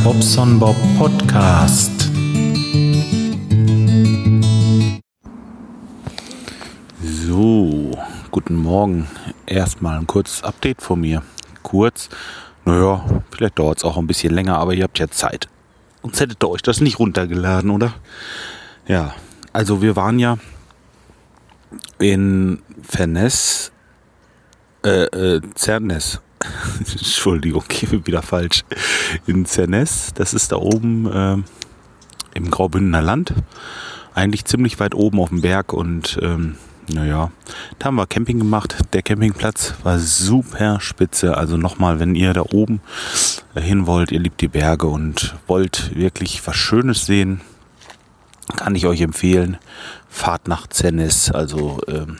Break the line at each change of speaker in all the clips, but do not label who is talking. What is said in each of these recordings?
Bobson Bob Podcast. So, guten Morgen. Erstmal ein kurzes Update von mir. Kurz, naja, vielleicht dauert es auch ein bisschen länger, aber ihr habt ja Zeit. Sonst hättet ihr euch das nicht runtergeladen, oder? Ja, also wir waren ja in Zernez. Entschuldigung, ich bin wieder falsch. In Zernez, das ist da oben im Graubündner Land. Eigentlich ziemlich weit oben auf dem Berg und da haben wir Camping gemacht. Der Campingplatz war super spitze. Also nochmal, wenn ihr da oben hin wollt, ihr liebt die Berge und wollt wirklich was Schönes sehen, kann ich euch empfehlen. Fahrt nach Zernez. Also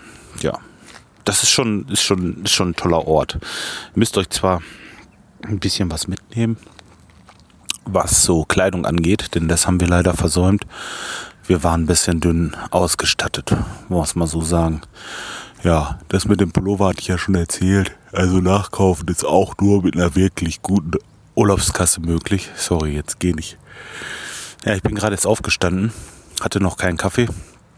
das ist schon ein toller Ort. Ihr müsst euch zwar ein bisschen was mitnehmen, was so Kleidung angeht, denn das haben wir leider versäumt. Wir waren ein bisschen dünn ausgestattet, muss man so sagen. Ja, das mit dem Pullover hatte ich ja schon erzählt. Also nachkaufen ist auch nur mit einer wirklich guten Urlaubskasse möglich. Sorry, jetzt geh nicht. Ja, ich bin gerade erst aufgestanden, hatte noch keinen Kaffee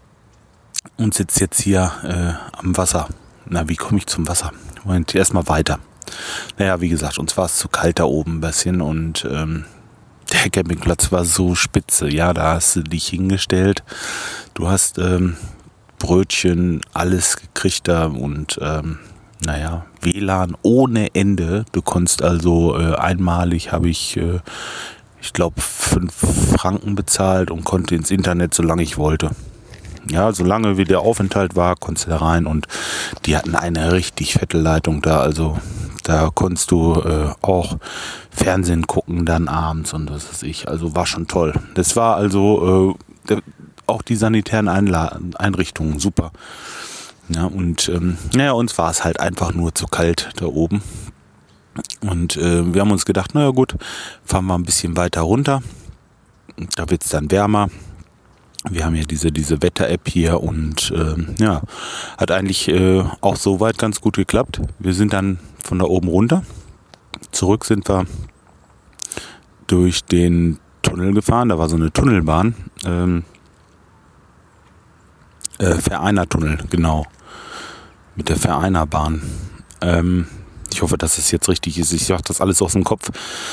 und sitze jetzt hier am Wasser. Na, wie komme ich zum Wasser? Moment, erstmal weiter. Naja, wie gesagt, uns war es zu kalt da oben ein bisschen und der Campingplatz war so spitze. Ja, da hast du dich hingestellt. Du hast Brötchen, alles gekriegt da und WLAN ohne Ende. Du konntest also einmalig habe ich glaube 5 Franken bezahlt und konnte ins Internet, solange ich wollte. Ja, solange wie der Aufenthalt war, konntest du da rein und die hatten eine richtig fette Leitung da, also da konntest du auch Fernsehen gucken dann abends und was weiß ich, also war schon toll. Das war also auch die sanitären Einrichtungen super. Ja, und uns war es halt einfach nur zu kalt da oben und wir haben uns gedacht, naja gut, fahren wir ein bisschen weiter runter, da wird es dann wärmer. Wir haben ja diese Wetter-App hier und hat eigentlich auch soweit ganz gut geklappt. Wir sind dann von da oben runter. Zurück sind wir durch den Tunnel gefahren. Da war so eine Tunnelbahn. Vereinertunnel, genau. Mit der Vereinerbahn. Ich hoffe, dass es jetzt richtig ist. Ich sage das alles aus dem Kopf.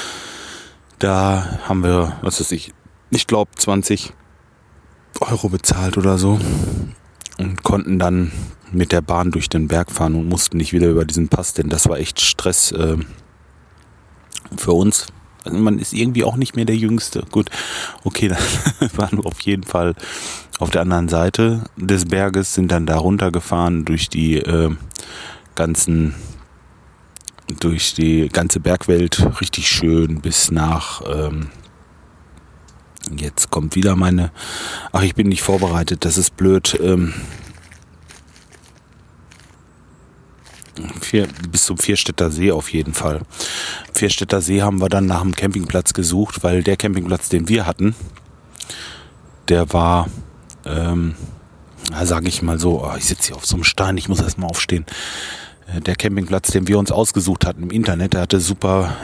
Da haben wir, ich glaube 20 Euro bezahlt oder so und konnten dann mit der Bahn durch den Berg fahren und mussten nicht wieder über diesen Pass, denn das war echt Stress für uns. Also man ist irgendwie auch nicht mehr der Jüngste. Gut, okay, dann waren wir auf jeden Fall auf der anderen Seite des Berges, sind dann da runtergefahren durch die ganze Bergwelt, richtig schön bis nach jetzt kommt wieder ich bin nicht vorbereitet, das ist blöd. Bis zum Vierstädter See auf jeden Fall. Vierstädter See haben wir dann nach einem Campingplatz gesucht, weil der Campingplatz, den wir hatten, der war, sage ich mal so, ich sitze hier auf so einem Stein, ich muss erst mal aufstehen. Der Campingplatz, den wir uns ausgesucht hatten im Internet, der hatte super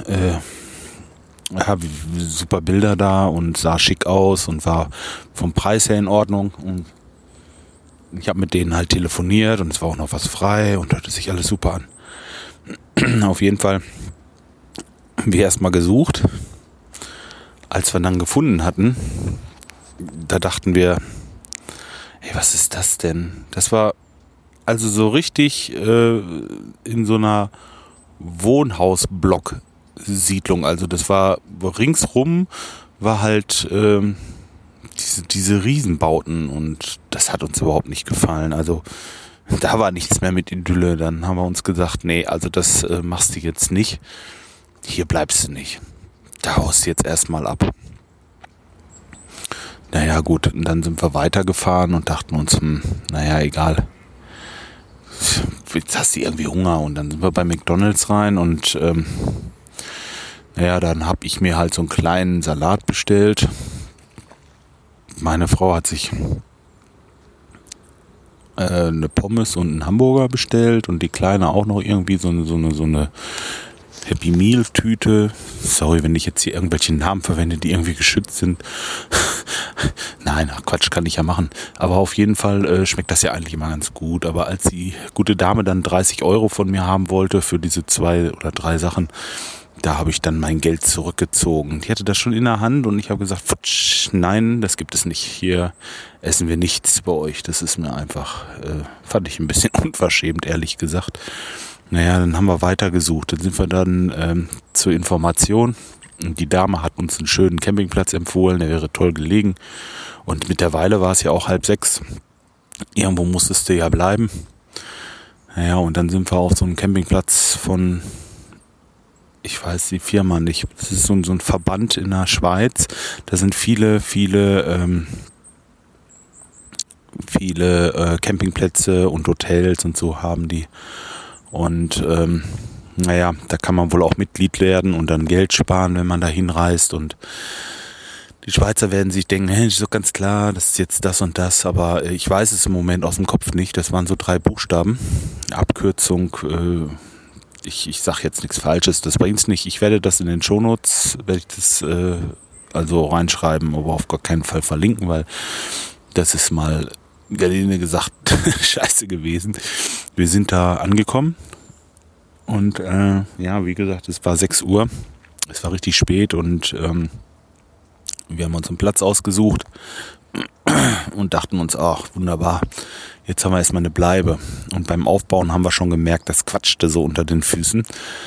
Bilder da und sah schick aus und war vom Preis her in Ordnung. Und ich habe mit denen halt telefoniert und es war auch noch was frei und hörte sich alles super an. Auf jeden Fall haben wir erstmal gesucht. Als wir dann gefunden hatten, da dachten wir, hey, was ist das denn? Das war also so richtig in so einer Wohnhausblock Siedlung, also das war ringsrum war halt diese Riesenbauten und das hat uns überhaupt nicht gefallen, also da war nichts mehr mit Idylle. Dann haben wir uns gesagt, nee, also das machst du jetzt nicht, hier bleibst du nicht, da haust du jetzt erstmal ab. Naja gut, und dann sind wir weitergefahren und dachten uns, egal, jetzt hast du irgendwie Hunger und dann sind wir bei McDonald's rein und dann habe ich mir halt so einen kleinen Salat bestellt. Meine Frau hat sich eine Pommes und einen Hamburger bestellt und die Kleine auch noch irgendwie so eine Happy Meal Tüte. Sorry, wenn ich jetzt hier irgendwelche Namen verwende, die irgendwie geschützt sind. Nein, Quatsch, kann ich ja machen. Aber auf jeden Fall schmeckt das ja eigentlich immer ganz gut. Aber als die gute Dame dann 30 Euro von mir haben wollte für diese 2 oder 3 Sachen, da habe ich dann mein Geld zurückgezogen. Die hatte das schon in der Hand und ich habe gesagt, Futsch, nein, das gibt es nicht. Hier essen wir nichts bei euch. Das ist mir einfach, fand ich ein bisschen unverschämt, ehrlich gesagt. Naja, dann haben wir weitergesucht. Dann sind wir dann zur Information. Und die Dame hat uns einen schönen Campingplatz empfohlen, der wäre toll gelegen. Und mittlerweile war es ja auch 5:30. Irgendwo musstest du ja bleiben. Naja, und dann sind wir auf so einem Campingplatz von, ich weiß die Firma nicht, das ist so ein Verband in der Schweiz. Da sind viele Campingplätze und Hotels und so haben die. Und naja, da kann man wohl auch Mitglied werden und dann Geld sparen, wenn man da hinreist. Und die Schweizer werden sich denken, hey, ist doch ganz klar, das ist jetzt das und das. Aber ich weiß es im Moment aus dem Kopf nicht. Das waren so 3 Buchstaben. Abkürzung, ich sage jetzt nichts Falsches, das bringt's nicht. Ich werde das in den Shownotes, werde ich das also reinschreiben, aber auf gar keinen Fall verlinken, weil das ist mal, gelinde gesagt, scheiße gewesen. Wir sind da angekommen und ja, wie gesagt, es war 6 Uhr, es war richtig spät und wir haben uns einen Platz ausgesucht und dachten uns, ach wunderbar, jetzt haben wir erstmal eine Bleibe. Und beim Aufbauen haben wir schon gemerkt, das quatschte so unter den Füßen.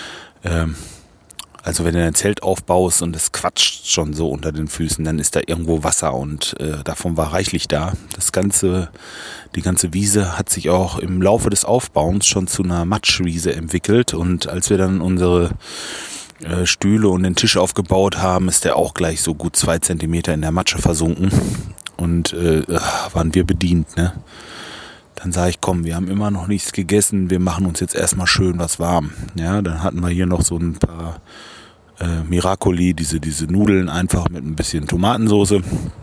Also wenn du ein Zelt aufbaust und es quatscht schon so unter den Füßen, dann ist da irgendwo Wasser und davon war reichlich da. Die ganze Wiese hat sich auch im Laufe des Aufbauens schon zu einer Matschwiese entwickelt. Und als wir dann unsere Stühle und den Tisch aufgebaut haben, ist der auch gleich so gut 2 Zentimeter in der Matsche versunken. Und waren wir bedient, ne? Dann sage ich, komm, wir haben immer noch nichts gegessen, wir machen uns jetzt erstmal schön was warm. Ja, dann hatten wir hier noch so ein paar Miracoli, diese Nudeln einfach mit ein bisschen Tomatensoße.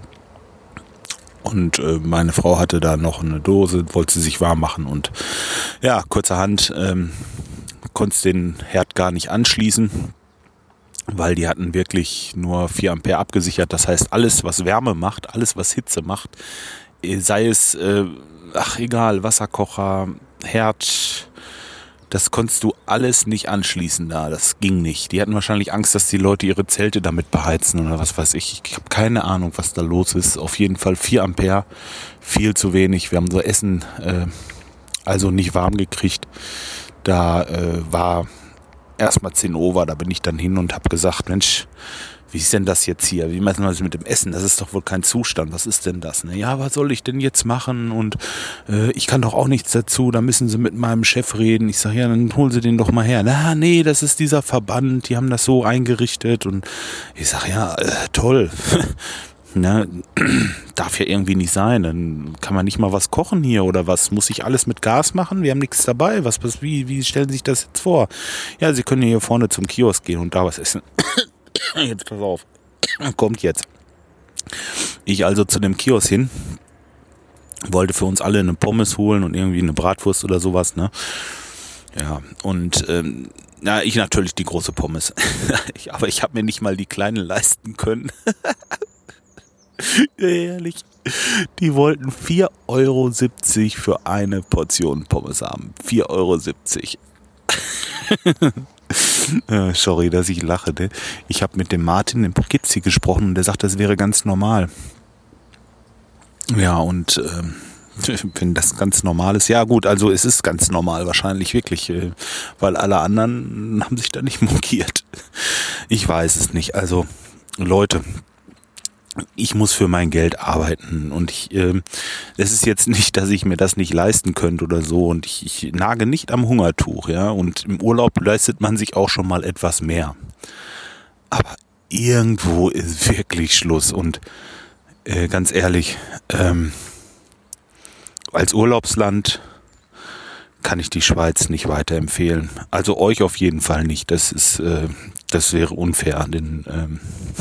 Und meine Frau hatte da noch eine Dose, wollte sie sich warm machen. Und ja, kurzerhand konnte den Herd gar nicht anschließen, weil die hatten wirklich nur 4 Ampere abgesichert. Das heißt, alles, was Wärme macht, alles, was Hitze macht, sei es, egal, Wasserkocher, Herd, das konntest du alles nicht anschließen da. Das ging nicht. Die hatten wahrscheinlich Angst, dass die Leute ihre Zelte damit beheizen oder was weiß ich. Ich habe keine Ahnung, was da los ist. Auf jeden Fall 4 Ampere, viel zu wenig. Wir haben so Essen also nicht warm gekriegt. Da war erstmal 10 over, da bin ich dann hin und habe gesagt, Mensch, wie ist denn das jetzt hier? Wie machen wir das mit dem Essen? Das ist doch wohl kein Zustand. Was ist denn das? Ne? Ja, was soll ich denn jetzt machen? Und ich kann doch auch nichts dazu. Da müssen Sie mit meinem Chef reden. Ich sage, ja, dann holen Sie den doch mal her. Na, nee, das ist dieser Verband. Die haben das so eingerichtet. Und ich sage, ja, toll. Na, darf ja irgendwie nicht sein. Dann kann man nicht mal was kochen hier oder was? Muss ich alles mit Gas machen? Wir haben nichts dabei. Wie stellen Sie sich das jetzt vor? Ja, Sie können hier vorne zum Kiosk gehen und da was essen. Jetzt pass auf. Kommt jetzt. Ich also zu dem Kiosk hin. Wollte für uns alle eine Pommes holen und irgendwie eine Bratwurst oder sowas, ne? Ja, und ich natürlich die große Pommes. Aber ich habe mir nicht mal die kleine leisten können. Ehrlich. Die wollten 4,70 € für eine Portion Pommes haben. 4,70 €. Sorry, dass ich lache. Ne? Ich habe mit dem Martin im Poughkeepsie gesprochen und der sagt, das wäre ganz normal. Ja, und wenn das ganz normal ist, ja gut, also es ist ganz normal wahrscheinlich wirklich, weil alle anderen haben sich da nicht mokiert. Ich weiß es nicht. Also Leute, ich muss für mein Geld arbeiten und es ist jetzt nicht, dass ich mir das nicht leisten könnte oder so und ich nage nicht am Hungertuch, ja, und im Urlaub leistet man sich auch schon mal etwas mehr. Aber irgendwo ist wirklich Schluss und ganz ehrlich, als Urlaubsland kann ich die Schweiz nicht weiterempfehlen. Also euch auf jeden Fall nicht. Das wäre unfair. Denn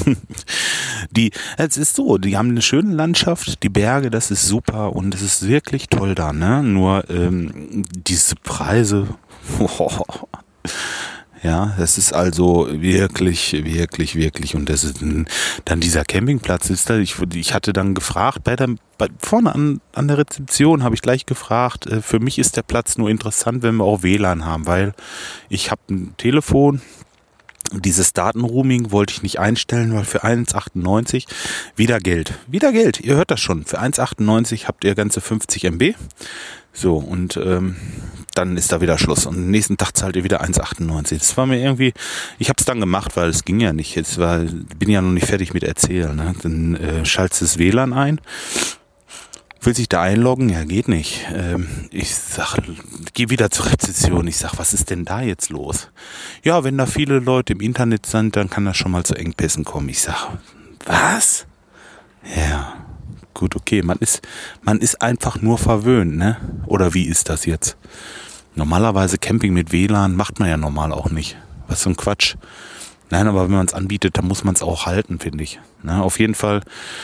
es ist so, die haben eine schöne Landschaft, die Berge, das ist super und es ist wirklich toll da. Ne? Nur diese Preise, Ja, das ist also wirklich, wirklich, wirklich. Und das ist dann dieser Campingplatz ist da. Ich hatte dann gefragt, vorne an der Rezeption habe ich gleich gefragt, für mich ist der Platz nur interessant, wenn wir auch WLAN haben, weil ich habe ein Telefon. Dieses Datenroaming wollte ich nicht einstellen, weil für 1,98 wieder Geld. Wieder Geld, ihr hört das schon. Für 1,98 habt ihr ganze 50 MB. So, und dann ist da wieder Schluss. Und am nächsten Tag zahlt ihr wieder 1,98. Das war mir irgendwie, ich habe es dann gemacht, weil es ging ja nicht. Bin ja noch nicht fertig mit erzählen. Ne? Dann schaltest du das WLAN ein. Will sich da einloggen? Ja, geht nicht. Ich sag, geh wieder zur Rezeption. Ich sag, was ist denn da jetzt los? Ja, wenn da viele Leute im Internet sind, dann kann das schon mal zu Engpässen kommen. Ich sag, was? Ja, gut, okay. Man ist einfach nur verwöhnt, ne? Oder wie ist das jetzt? Normalerweise Camping mit WLAN macht man ja normal auch nicht. Was für ein Quatsch. Nein, aber wenn man es anbietet, dann muss man es auch halten, finde ich. Na, auf jeden Fall,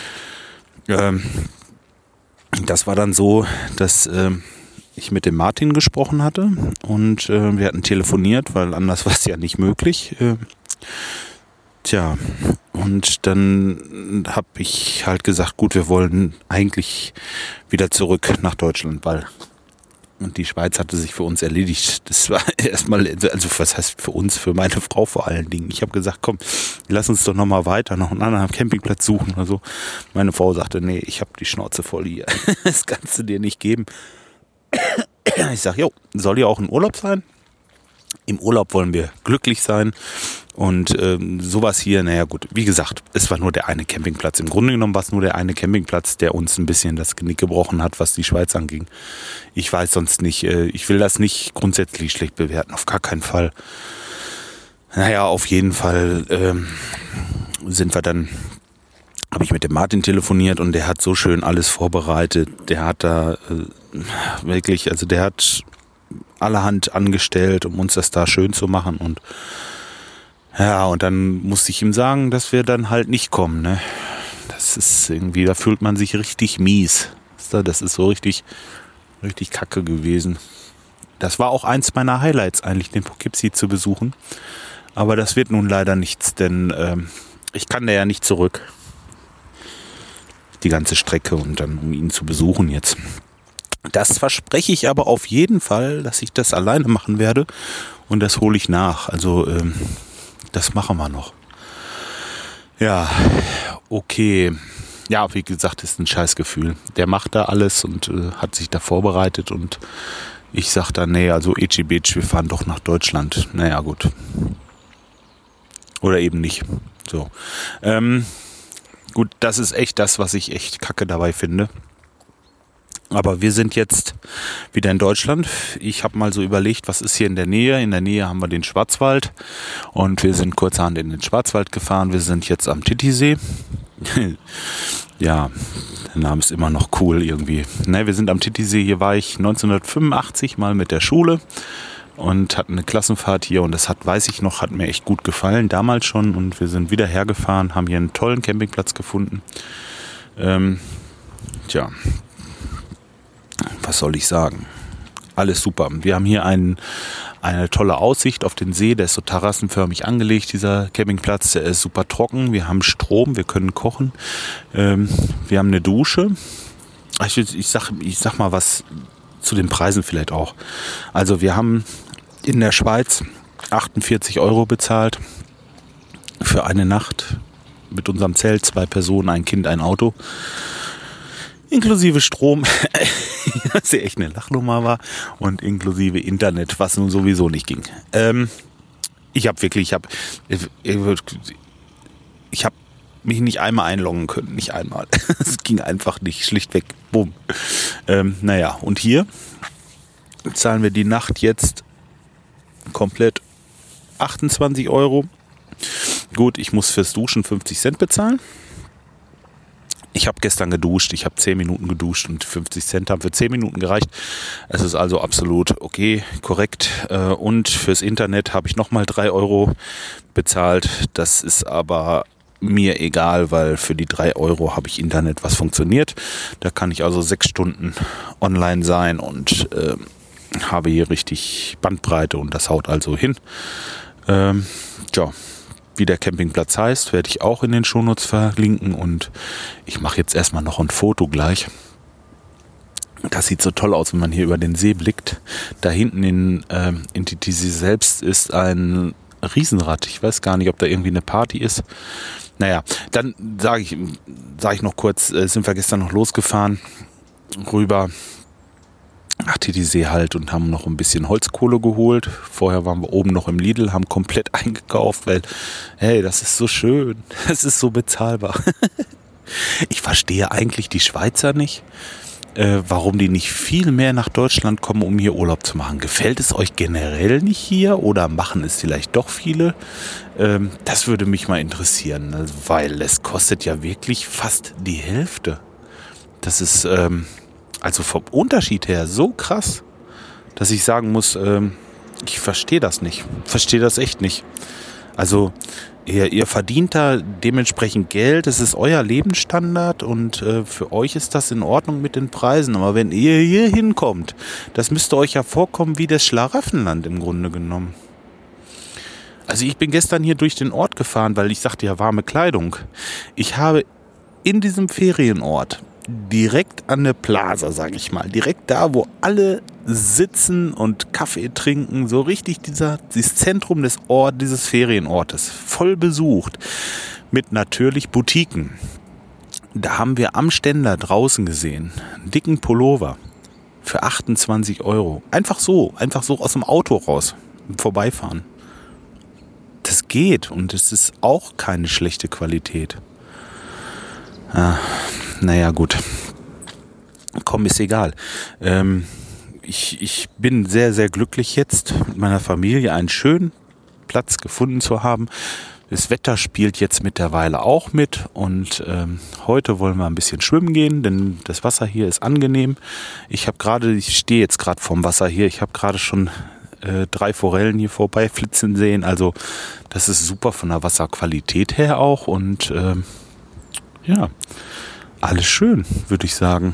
das war dann so, dass ich mit dem Martin gesprochen hatte und wir hatten telefoniert, weil anders war es ja nicht möglich. Und dann habe ich halt gesagt, gut, wir wollen eigentlich wieder zurück nach Deutschland, und die Schweiz hatte sich für uns erledigt. Das war erstmal, also was heißt für uns, für meine Frau vor allen Dingen. Ich habe gesagt, komm, lass uns doch nochmal weiter, noch einen anderen Campingplatz suchen oder so. Meine Frau sagte, nee, ich habe die Schnauze voll hier. Das kannst du dir nicht geben. Ich sage, jo, soll ja auch ein Urlaub sein. Im Urlaub wollen wir glücklich sein. Und sowas hier, naja gut, wie gesagt, es war nur der eine Campingplatz. Im Grunde genommen war es nur der eine Campingplatz, der uns ein bisschen das Genick gebrochen hat, was die Schweiz anging. Ich weiß sonst nicht, ich will das nicht grundsätzlich schlecht bewerten, auf gar keinen Fall. Naja, auf jeden Fall habe ich mit dem Martin telefoniert und der hat so schön alles vorbereitet. Der hat da wirklich, also der hat allerhand angestellt, um uns das da schön zu machen und ja, und dann musste ich ihm sagen, dass wir dann halt nicht kommen, ne? Das ist irgendwie, da fühlt man sich richtig mies. Das ist so richtig kacke gewesen. Das war auch eins meiner Highlights eigentlich, den Poughkeepsie zu besuchen. Aber das wird nun leider nichts, denn ich kann da ja nicht zurück. Die ganze Strecke und dann, um ihn zu besuchen jetzt. Das verspreche ich aber auf jeden Fall, dass ich das alleine machen werde und das hole ich nach. Also, das machen wir noch. Ja, okay. Ja, wie gesagt, ist ein Scheißgefühl. Der macht da alles und hat sich da vorbereitet und ich sag dann, nee, also Ecibitsch, wir fahren doch nach Deutschland. Naja, gut. Oder eben nicht. So. Gut, das ist echt das, was ich echt kacke dabei finde. Aber wir sind jetzt wieder in Deutschland. Ich habe mal so überlegt, was ist hier in der Nähe? In der Nähe haben wir den Schwarzwald und wir sind kurzerhand in den Schwarzwald gefahren. Wir sind jetzt am Titisee. Ja, der Name ist immer noch cool irgendwie. Ne, wir sind am Titisee. Hier war ich 1985 mal mit der Schule und hatten eine Klassenfahrt hier und das weiß ich noch, hat mir echt gut gefallen, damals schon. Und wir sind wieder hergefahren, haben hier einen tollen Campingplatz gefunden. Was soll ich sagen? Alles super. Wir haben hier eine tolle Aussicht auf den See. Der ist so terrassenförmig angelegt, dieser Campingplatz. Der ist super trocken. Wir haben Strom, wir können kochen. Wir haben eine Dusche. Ich sag mal was zu den Preisen vielleicht auch. Also wir haben in der Schweiz 48 € bezahlt für eine Nacht mit unserem Zelt, 2 Personen, ein Kind, ein Auto. Inklusive Strom, was ja echt eine Lachnummer war, und inklusive Internet, was nun sowieso nicht ging. Ich habe mich nicht einmal einloggen können, nicht einmal. Es ging einfach nicht, schlichtweg, bumm. Naja, und hier zahlen wir die Nacht jetzt komplett 28 €. Gut, ich muss fürs Duschen 50 Cent bezahlen. Ich habe gestern geduscht, ich habe 10 Minuten geduscht und 50 Cent haben für 10 Minuten gereicht. Es ist also absolut okay, korrekt. Und fürs Internet habe ich nochmal 3 € bezahlt. Das ist aber mir egal, weil für die 3 € habe ich Internet, was funktioniert. Da kann ich also 6 Stunden online sein und habe hier richtig Bandbreite und das haut also hin. Ja, wie der Campingplatz heißt, werde ich auch in den Shownotes verlinken und ich mache jetzt erstmal noch ein Foto gleich. Das sieht so toll aus, wenn man hier über den See blickt. Da hinten in die See selbst ist ein Riesenrad. Ich weiß gar nicht, ob da irgendwie eine Party ist. Naja, dann sage ich noch kurz, sind wir gestern noch losgefahren rüber nach Titisee halt und haben noch ein bisschen Holzkohle geholt. Vorher waren wir oben noch im Lidl, haben komplett eingekauft, weil, hey, das ist so schön, das ist so bezahlbar. Ich verstehe eigentlich die Schweizer nicht, warum die nicht viel mehr nach Deutschland kommen, um hier Urlaub zu machen. Gefällt es euch generell nicht hier oder machen es vielleicht doch viele? Das würde mich mal interessieren, weil es kostet ja wirklich fast die Hälfte. Das ist also vom Unterschied her so krass, dass ich sagen muss, ich verstehe das nicht. Verstehe das echt nicht. Also ihr verdient da dementsprechend Geld, es ist euer Lebensstandard und für euch ist das in Ordnung mit den Preisen. Aber wenn ihr hier hinkommt, das müsste euch ja vorkommen wie das Schlaraffenland im Grunde genommen. Also ich bin gestern hier durch den Ort gefahren, weil ich sagte ja warme Kleidung. Ich habe in diesem Ferienort direkt an der Plaza, sage ich mal, direkt da, wo alle sitzen und Kaffee trinken, so richtig dieses Zentrum des dieses Ferienortes, voll besucht, mit natürlich Boutiquen. Da haben wir am Ständer draußen gesehen, einen dicken Pullover für 28 €. Einfach so aus dem Auto raus, im Vorbeifahren. Das geht und es ist auch keine schlechte Qualität. Naja, gut. Komm, ist egal. Ich bin sehr, sehr glücklich jetzt mit meiner Familie einen schönen Platz gefunden zu haben. Das Wetter spielt jetzt mittlerweile auch mit und heute wollen wir ein bisschen schwimmen gehen, denn das Wasser hier ist angenehm. Ich stehe jetzt gerade vorm Wasser hier. Ich habe gerade schon 3 Forellen hier vorbeiflitzen sehen. Also das ist super von der Wasserqualität her auch und ja, alles schön, würde ich sagen.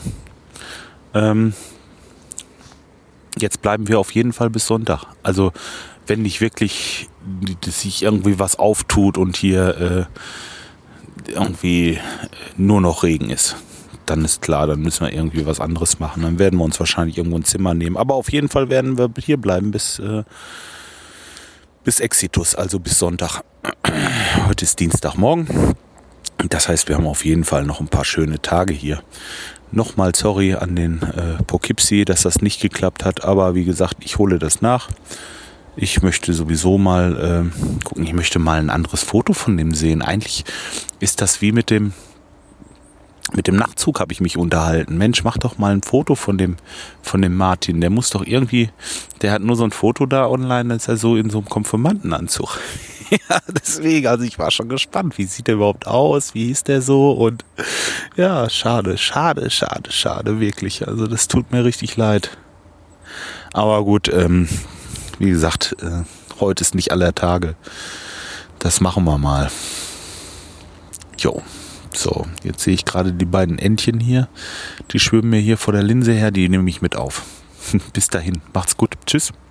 Jetzt bleiben wir auf jeden Fall bis Sonntag. Also wenn nicht wirklich sich irgendwie was auftut und hier irgendwie nur noch Regen ist, dann ist klar, dann müssen wir irgendwie was anderes machen. Dann werden wir uns wahrscheinlich irgendwo ein Zimmer nehmen. Aber auf jeden Fall werden wir hier bleiben bis Exitus, also bis Sonntag. Heute ist Dienstagmorgen. Das heißt, wir haben auf jeden Fall noch ein paar schöne Tage hier. Nochmal sorry an den Poughkeepsie, dass das nicht geklappt hat. Aber wie gesagt, ich hole das nach. Ich möchte sowieso mal gucken. Ich möchte mal ein anderes Foto von dem sehen. Eigentlich ist das wie mit dem Nachtzug, habe ich mich unterhalten. Mensch, mach doch mal ein Foto von dem Martin. Der muss doch irgendwie, der hat nur so ein Foto da online, da ist er so in so einem Konfirmandenanzug. Ja, deswegen, also ich war schon gespannt, wie sieht der überhaupt aus, wie hieß der so und ja, schade, wirklich. Also das tut mir richtig leid. Aber gut, wie gesagt, heute ist nicht aller Tage. Das machen wir mal. Jo. So, jetzt sehe ich gerade die beiden Entchen hier. Die schwimmen mir hier vor der Linse her, die nehme ich mit auf. Bis dahin, macht's gut. Tschüss.